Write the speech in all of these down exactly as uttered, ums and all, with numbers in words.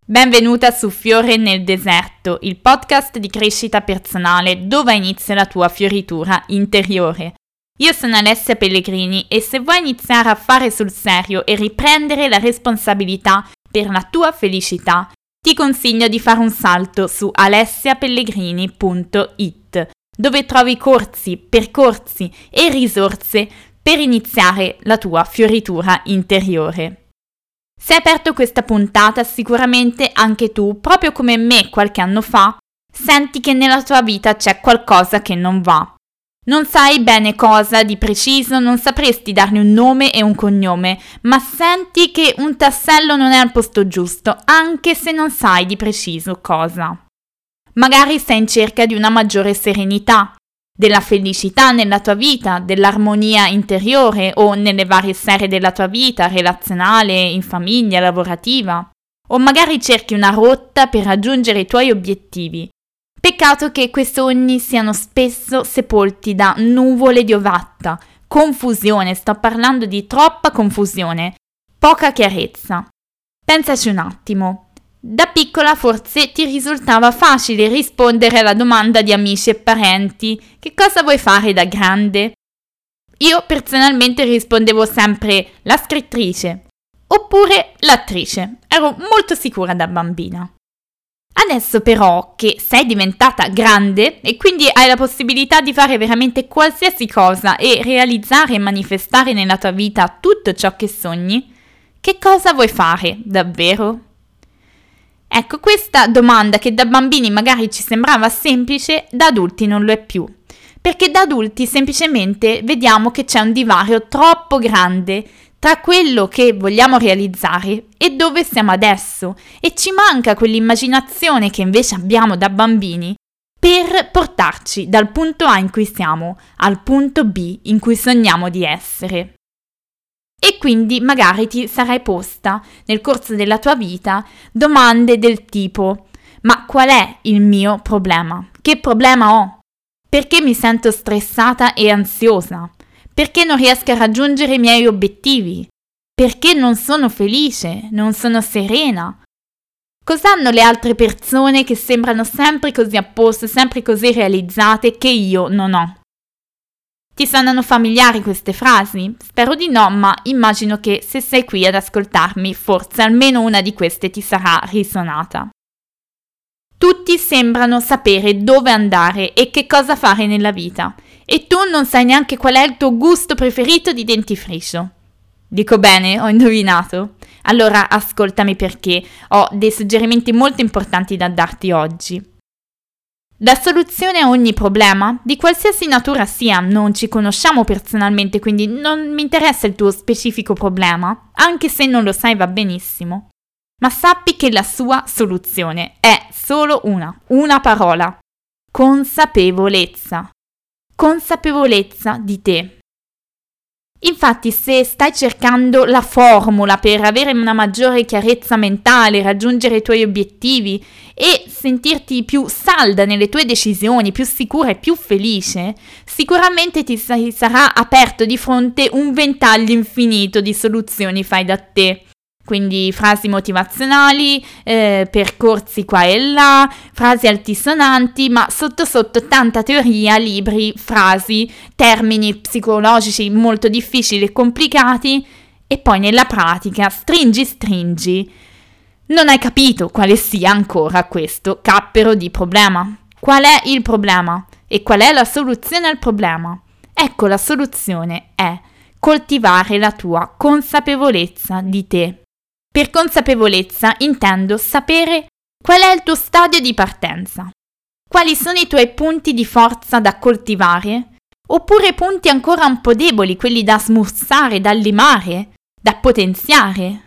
Benvenuta su Fiore nel deserto, il podcast di crescita personale dove inizia la tua fioritura interiore. Io sono Alessia Pellegrini e se vuoi iniziare a fare sul serio e riprendere la responsabilità per la tua felicità, ti consiglio di fare un salto su alessia pellegrini punto it, dove trovi corsi, percorsi e risorse per iniziare la tua fioritura interiore. Se hai aperto questa puntata, sicuramente anche tu, proprio come me qualche anno fa, senti che nella tua vita c'è qualcosa che non va. Non sai bene cosa di preciso, non sapresti dargli un nome e un cognome, ma senti che un tassello non è al posto giusto, anche se non sai di preciso cosa. Magari sei in cerca di una maggiore serenità, della felicità nella tua vita, dell'armonia interiore o nelle varie sfere della tua vita, relazionale, in famiglia, lavorativa. O magari cerchi una rotta per raggiungere i tuoi obiettivi. Peccato che quei sogni siano spesso sepolti da nuvole di ovatta, confusione, sto parlando di troppa confusione, poca chiarezza. Pensaci un attimo. Da piccola forse ti risultava facile rispondere alla domanda di amici e parenti: che cosa vuoi fare da grande? Io personalmente rispondevo sempre la scrittrice oppure l'attrice. Ero molto sicura da bambina. Adesso però che sei diventata grande e quindi hai la possibilità di fare veramente qualsiasi cosa e realizzare e manifestare nella tua vita tutto ciò che sogni, che cosa vuoi fare davvero? Ecco, questa domanda che da bambini magari ci sembrava semplice, da adulti non lo è più, perché da adulti semplicemente vediamo che c'è un divario troppo grande tra quello che vogliamo realizzare e dove siamo adesso, e ci manca quell'immaginazione che invece abbiamo da bambini per portarci dal punto A in cui siamo al punto B in cui sogniamo di essere. E quindi magari ti sarai posta nel corso della tua vita domande del tipo: ma qual è il mio problema? Che problema ho? Perché mi sento stressata e ansiosa? Perché non riesco a raggiungere i miei obiettivi? Perché non sono felice? Non sono serena? Cos'hanno le altre persone che sembrano sempre così a posto, sempre così realizzate, che io non ho? Ti suonano familiari queste frasi? Spero di no, ma immagino che se sei qui ad ascoltarmi, forse almeno una di queste ti sarà risuonata. Tutti sembrano sapere dove andare e che cosa fare nella vita, e tu non sai neanche qual è il tuo gusto preferito di dentifricio. Dico bene? Ho indovinato? Allora ascoltami, perché ho dei suggerimenti molto importanti da darti oggi. La soluzione a ogni problema, di qualsiasi natura sia, non ci conosciamo personalmente, quindi non mi interessa il tuo specifico problema, anche se non lo sai va benissimo, ma sappi che la sua soluzione è solo una, una parola: consapevolezza. Consapevolezza di te. Infatti, se stai cercando la formula per avere una maggiore chiarezza mentale, raggiungere i tuoi obiettivi e sentirti più salda nelle tue decisioni, più sicura e più felice, sicuramente ti sarà aperto di fronte un ventaglio infinito di soluzioni fai da te. Quindi frasi motivazionali, eh, percorsi qua e là, frasi altisonanti, ma sotto sotto tanta teoria, libri, frasi, termini psicologici molto difficili e complicati, e poi nella pratica stringi stringi. Non hai capito quale sia ancora questo cappero di problema. Qual è il problema? E qual è la soluzione al problema? Ecco, la soluzione è coltivare la tua consapevolezza di te. Per consapevolezza intendo sapere qual è il tuo stadio di partenza, quali sono i tuoi punti di forza da coltivare, oppure punti ancora un po' deboli, quelli da smussare, da limare, da potenziare.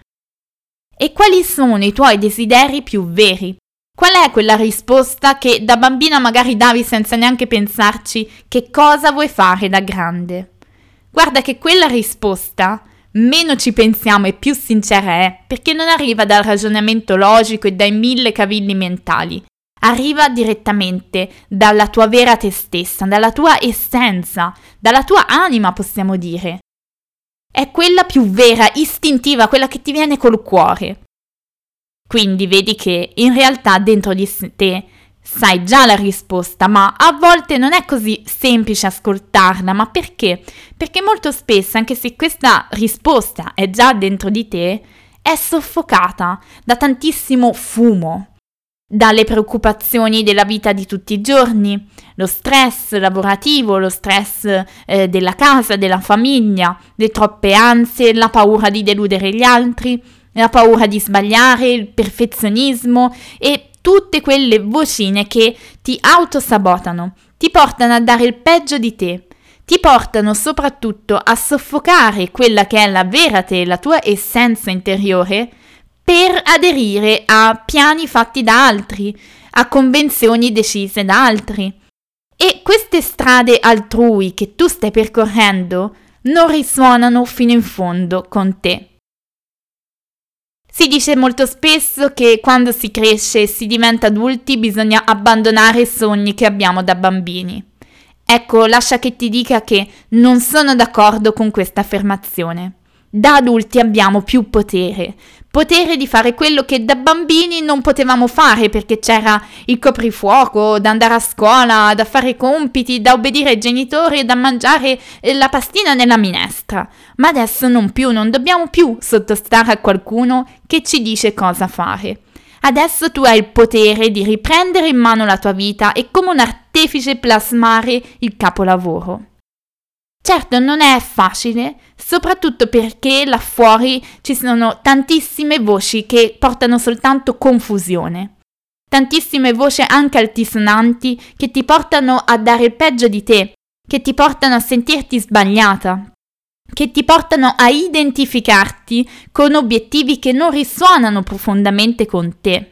E quali sono i tuoi desideri più veri? Qual è quella risposta che da bambina magari davi senza neanche pensarci: che cosa vuoi fare da grande? Guarda che quella risposta, meno ci pensiamo e più sincera è, perché non arriva dal ragionamento logico e dai mille cavilli mentali, arriva direttamente dalla tua vera te stessa, dalla tua essenza, dalla tua anima, possiamo dire. È quella più vera, istintiva, quella che ti viene col cuore. Quindi vedi che in realtà dentro di te sai già la risposta, ma a volte non è così semplice ascoltarla. Ma perché? Perché molto spesso, anche se questa risposta è già dentro di te, è soffocata da tantissimo fumo, dalle preoccupazioni della vita di tutti i giorni, lo stress lavorativo, lo stress eh, della casa, della famiglia, le troppe ansie, la paura di deludere gli altri, la paura di sbagliare, il perfezionismo e tutte quelle vocine che ti autosabotano, ti portano a dare il peggio di te, ti portano soprattutto a soffocare quella che è la vera te, la tua essenza interiore, per aderire a piani fatti da altri, a convenzioni decise da altri. E queste strade altrui che tu stai percorrendo non risuonano fino in fondo con te. Si dice molto spesso che quando si cresce e si diventa adulti bisogna abbandonare i sogni che abbiamo da bambini. Ecco, lascia che ti dica che non sono d'accordo con questa affermazione. Da adulti abbiamo più potere, potere di fare quello che da bambini non potevamo fare perché c'era il coprifuoco, da andare a scuola, da fare i compiti, da obbedire ai genitori e da mangiare la pastina nella minestra. Ma adesso non più, non dobbiamo più sottostare a qualcuno che ci dice cosa fare. Adesso tu hai il potere di riprendere in mano la tua vita e come un artefice plasmare il capolavoro. Certo, non è facile, soprattutto perché là fuori ci sono tantissime voci che portano soltanto confusione. Tantissime voci anche altisonanti che ti portano a dare il peggio di te, che ti portano a sentirti sbagliata, che ti portano a identificarti con obiettivi che non risuonano profondamente con te.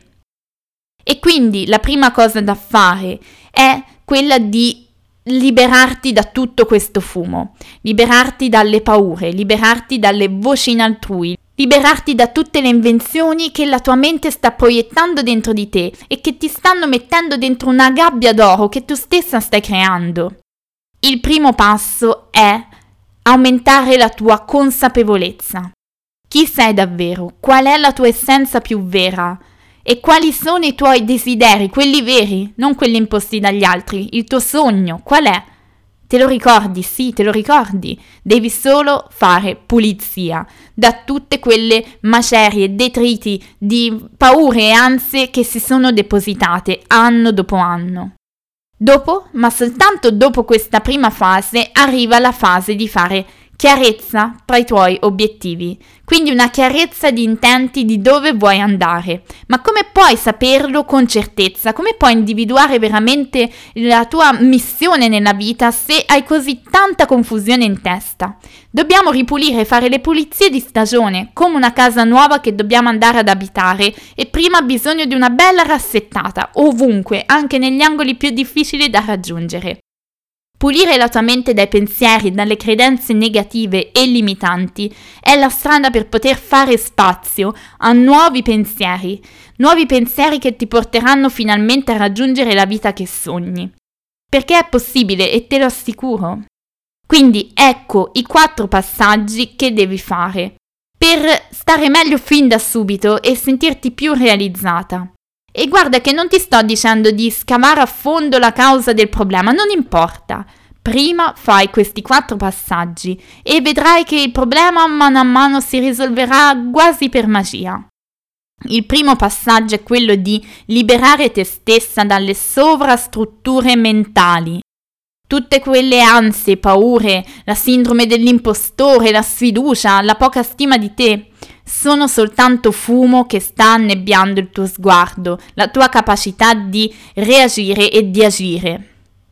E quindi la prima cosa da fare è quella di liberarti da tutto questo fumo, liberarti dalle paure, liberarti dalle voci in altrui, liberarti da tutte le invenzioni che la tua mente sta proiettando dentro di te e che ti stanno mettendo dentro una gabbia d'oro che tu stessa stai creando. Il primo passo è aumentare la tua consapevolezza. Chi sei davvero? Qual è la tua essenza più vera? E quali sono i tuoi desideri, quelli veri, non quelli imposti dagli altri? Il tuo sogno, qual è? Te lo ricordi? Sì, te lo ricordi. Devi solo fare pulizia da tutte quelle macerie, detriti di paure e ansie che si sono depositate anno dopo anno. Dopo, ma soltanto dopo questa prima fase, arriva la fase di fare chiarezza tra i tuoi obiettivi, quindi una chiarezza di intenti di dove vuoi andare. Ma come puoi saperlo con certezza? Come puoi individuare veramente la tua missione nella vita se hai così tanta confusione in testa? Dobbiamo ripulire, fare le pulizie di stagione, come una casa nuova che dobbiamo andare ad abitare e prima ha bisogno di una bella rassettata, ovunque, anche negli angoli più difficili da raggiungere. Pulire la tua mente dai pensieri, dalle credenze negative e limitanti è la strada per poter fare spazio a nuovi pensieri, nuovi pensieri che ti porteranno finalmente a raggiungere la vita che sogni. Perché è possibile e te lo assicuro. Quindi ecco i quattro passaggi che devi fare per stare meglio fin da subito e sentirti più realizzata. E guarda che non ti sto dicendo di scavare a fondo la causa del problema, non importa. Prima fai questi quattro passaggi e vedrai che il problema mano a mano si risolverà quasi per magia. Il primo passaggio è quello di liberare te stessa dalle sovrastrutture mentali. Tutte quelle ansie, paure, la sindrome dell'impostore, la sfiducia, la poca stima di te sono soltanto fumo che sta annebbiando il tuo sguardo, la tua capacità di reagire e di agire.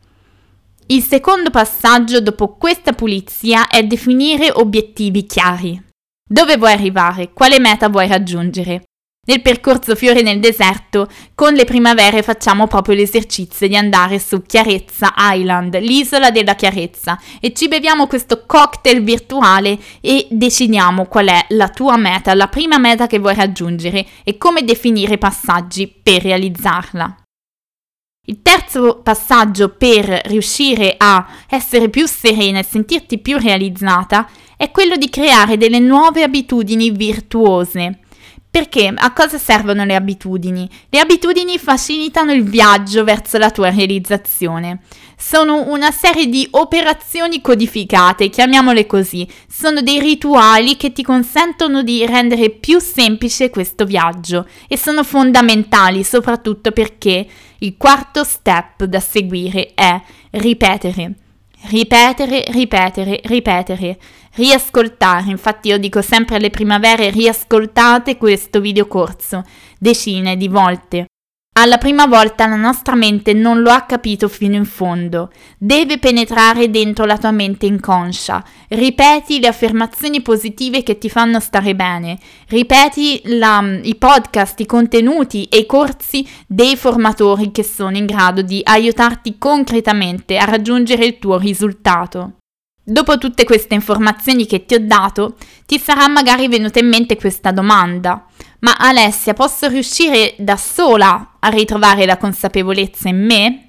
Il secondo passaggio dopo questa pulizia è definire obiettivi chiari. Dove vuoi arrivare? Quale meta vuoi raggiungere? Nel percorso Fiore nel deserto, con le primavere facciamo proprio l'esercizio di andare su Chiarezza Island, l'isola della chiarezza, e ci beviamo questo cocktail virtuale e decidiamo qual è la tua meta, la prima meta che vuoi raggiungere e come definire i passaggi per realizzarla. Il terzo passaggio per riuscire a essere più serena e sentirti più realizzata è quello di creare delle nuove abitudini virtuose. Perché? A cosa servono le abitudini? Le abitudini facilitano il viaggio verso la tua realizzazione. Sono una serie di operazioni codificate, chiamiamole così. Sono dei rituali che ti consentono di rendere più semplice questo viaggio e sono fondamentali soprattutto perché il quarto step da seguire è ripetere. Ripetere, ripetere, ripetere, riascoltare. Infatti io dico sempre alle primavere: riascoltate questo videocorso decine di volte. Alla prima volta la nostra mente non lo ha capito fino in fondo. Deve penetrare dentro la tua mente inconscia. Ripeti le affermazioni positive che ti fanno stare bene. Ripeti la, i podcast, i contenuti e i corsi dei formatori che sono in grado di aiutarti concretamente a raggiungere il tuo risultato. Dopo tutte queste informazioni che ti ho dato, ti sarà magari venuta in mente questa domanda: ma Alessia, posso riuscire da sola a ritrovare la consapevolezza in me?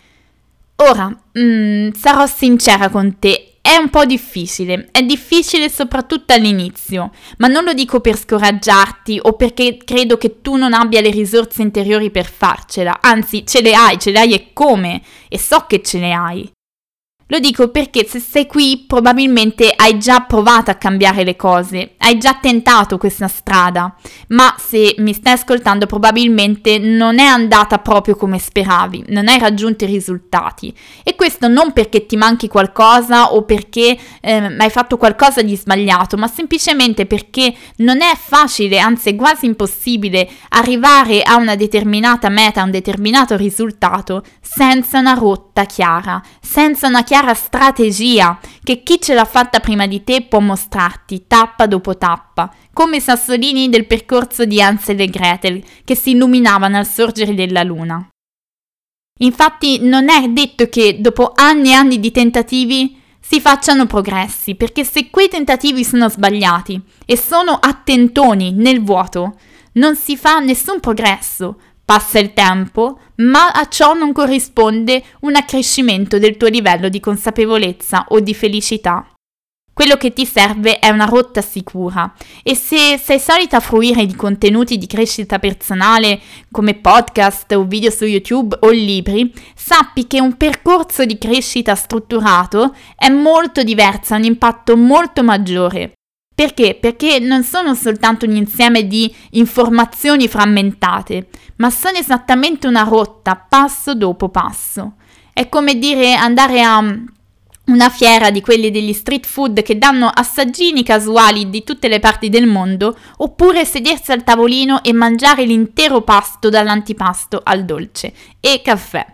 Ora, mm, sarò sincera con te, è un po' difficile, è difficile soprattutto all'inizio, ma non lo dico per scoraggiarti o perché credo che tu non abbia le risorse interiori per farcela, anzi ce le hai, ce le hai e come, e so che ce le hai. Lo dico perché se sei qui probabilmente hai già provato a cambiare le cose, hai già tentato questa strada, ma se mi stai ascoltando probabilmente non è andata proprio come speravi, non hai raggiunto i risultati. E questo non perché ti manchi qualcosa o perché eh, hai fatto qualcosa di sbagliato, ma semplicemente perché non è facile, anzi è quasi impossibile arrivare a una determinata meta, a un determinato risultato senza una rotta chiara, senza una chiara strategia che chi ce l'ha fatta prima di te può mostrarti tappa dopo tappa, come i sassolini del percorso di Hansel e Gretel che si illuminavano al sorgere della luna. Infatti non è detto che dopo anni e anni di tentativi si facciano progressi, perché se quei tentativi sono sbagliati e sono a tentoni nel vuoto, non si fa nessun progresso. Passa il tempo, ma a ciò non corrisponde un accrescimento del tuo livello di consapevolezza o di felicità. Quello che ti serve è una rotta sicura e se sei solita fruire di contenuti di crescita personale come podcast o video su YouTube o libri, sappi che un percorso di crescita strutturato è molto diverso, ha un impatto molto maggiore. Perché? Perché non sono soltanto un insieme di informazioni frammentate, ma sono esattamente una rotta passo dopo passo. È come dire andare a una fiera di quelli degli street food che danno assaggini casuali di tutte le parti del mondo, oppure sedersi al tavolino e mangiare l'intero pasto dall'antipasto al dolce e caffè.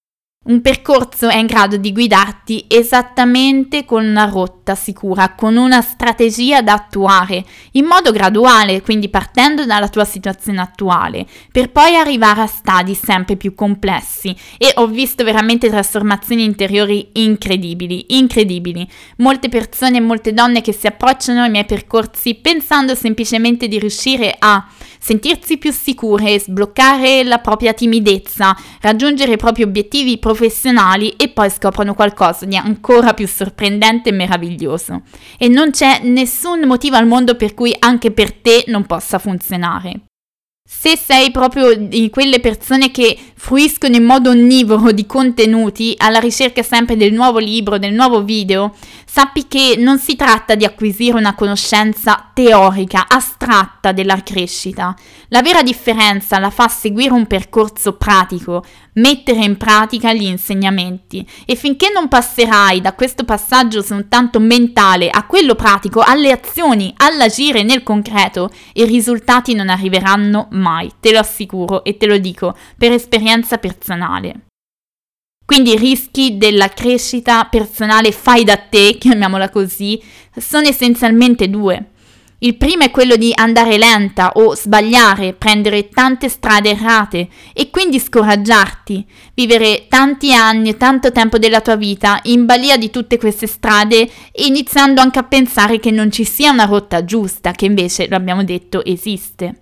Un percorso è in grado di guidarti esattamente con una rotta sicura, con una strategia da attuare, in modo graduale, quindi partendo dalla tua situazione attuale, per poi arrivare a stadi sempre più complessi. E ho visto veramente trasformazioni interiori incredibili, incredibili. Molte persone, molte donne che si approcciano ai miei percorsi pensando semplicemente di riuscire a sentirsi più sicure, sbloccare la propria timidezza, raggiungere i propri obiettivi professionali e poi scoprono qualcosa di ancora più sorprendente e meraviglioso. E non c'è nessun motivo al mondo per cui anche per te non possa funzionare. Se sei proprio di quelle persone che fruiscono in modo onnivoro di contenuti, alla ricerca sempre del nuovo libro, del nuovo video, sappi che non si tratta di acquisire una conoscenza teorica, astratta della crescita. La vera differenza la fa seguire un percorso pratico, mettere in pratica gli insegnamenti. E finché non passerai da questo passaggio soltanto mentale a quello pratico, alle azioni, all'agire nel concreto, i risultati non arriveranno mai, te lo assicuro e te lo dico per esperienza personale. Quindi i rischi della crescita personale fai da te, chiamiamola così, sono essenzialmente due. Il primo è quello di andare lenta o sbagliare, prendere tante strade errate e quindi scoraggiarti, vivere tanti anni e tanto tempo della tua vita in balia di tutte queste strade, iniziando anche a pensare che non ci sia una rotta giusta, che invece, lo abbiamo detto, esiste.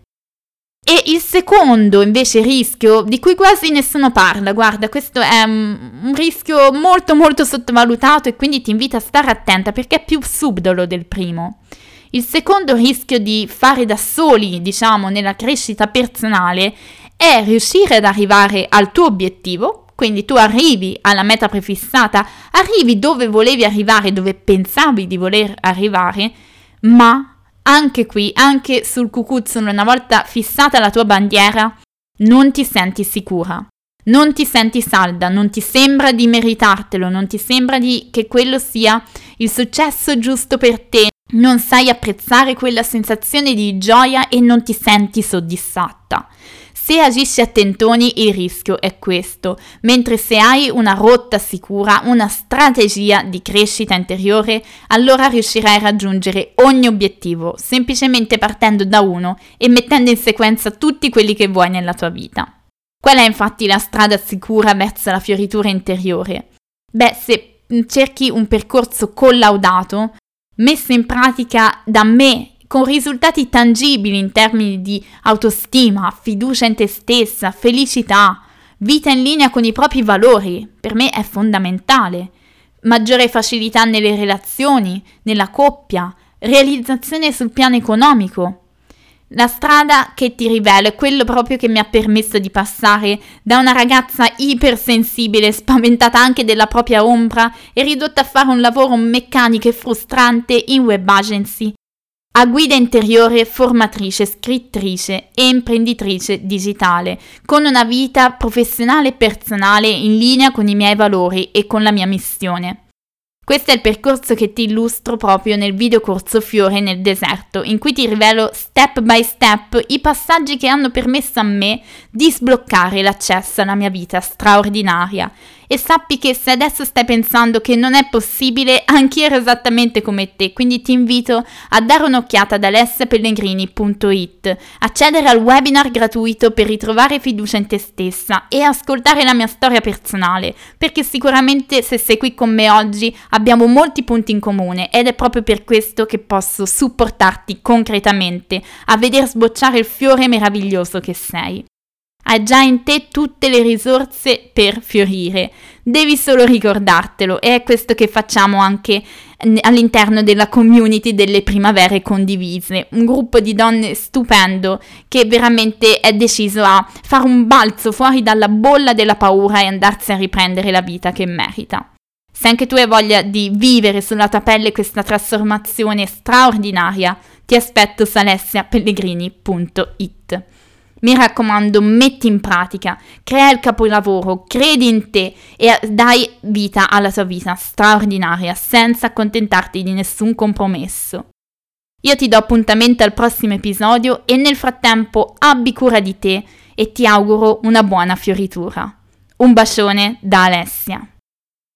E il secondo invece rischio, di cui quasi nessuno parla, guarda, questo è un, un rischio molto molto sottovalutato e quindi ti invito a stare attenta perché è più subdolo del primo. Il secondo rischio di fare da soli, diciamo, nella crescita personale è riuscire ad arrivare al tuo obiettivo. Quindi tu arrivi alla meta prefissata, arrivi dove volevi arrivare, dove pensavi di voler arrivare, ma anche qui, anche sul cucuzzolo, una volta fissata la tua bandiera, non ti senti sicura, non ti senti salda, non ti sembra di meritartelo, non ti sembra di che quello sia il successo giusto per te, non sai apprezzare quella sensazione di gioia e non ti senti soddisfatta. Se agisci a tentoni il rischio è questo, mentre se hai una rotta sicura, una strategia di crescita interiore, allora riuscirai a raggiungere ogni obiettivo, semplicemente partendo da uno e mettendo in sequenza tutti quelli che vuoi nella tua vita. Qual è infatti la strada sicura verso la fioritura interiore? Beh, se cerchi un percorso collaudato, messo in pratica da me, con risultati tangibili in termini di autostima, fiducia in te stessa, felicità, vita in linea con i propri valori, per me è fondamentale. Maggiore facilità nelle relazioni, nella coppia, realizzazione sul piano economico. La strada che ti rivelo è quello proprio che mi ha permesso di passare da una ragazza ipersensibile, spaventata anche della propria ombra e ridotta a fare un lavoro meccanico e frustrante in web agency, a guida interiore, formatrice, scrittrice e imprenditrice digitale, con una vita professionale e personale in linea con i miei valori e con la mia missione. Questo è il percorso che ti illustro proprio nel videocorso Fiore nel deserto, in cui ti rivelo step by step i passaggi che hanno permesso a me di sbloccare l'accesso alla mia vita straordinaria. E sappi che se adesso stai pensando che non è possibile, anch'io ero esattamente come te, quindi ti invito a dare un'occhiata ad alessia pellegrini punto it, accedere al webinar gratuito per ritrovare fiducia in te stessa e ascoltare la mia storia personale, perché sicuramente se sei qui con me oggi abbiamo molti punti in comune ed è proprio per questo che posso supportarti concretamente a veder sbocciare il fiore meraviglioso che sei. Hai già in te tutte le risorse per fiorire, devi solo ricordartelo e è questo che facciamo anche all'interno della community delle primavere condivise, un gruppo di donne stupendo che veramente è deciso a fare un balzo fuori dalla bolla della paura e andarsi a riprendere la vita che merita. Se anche tu hai voglia di vivere sulla tua pelle questa trasformazione straordinaria, ti aspetto su alessia pellegrini punto it. Mi raccomando, metti in pratica, crea il capolavoro, credi in te e dai vita alla tua vita straordinaria senza accontentarti di nessun compromesso. Io ti do appuntamento al prossimo episodio e nel frattempo abbi cura di te e ti auguro una buona fioritura. Un bacione da Alessia.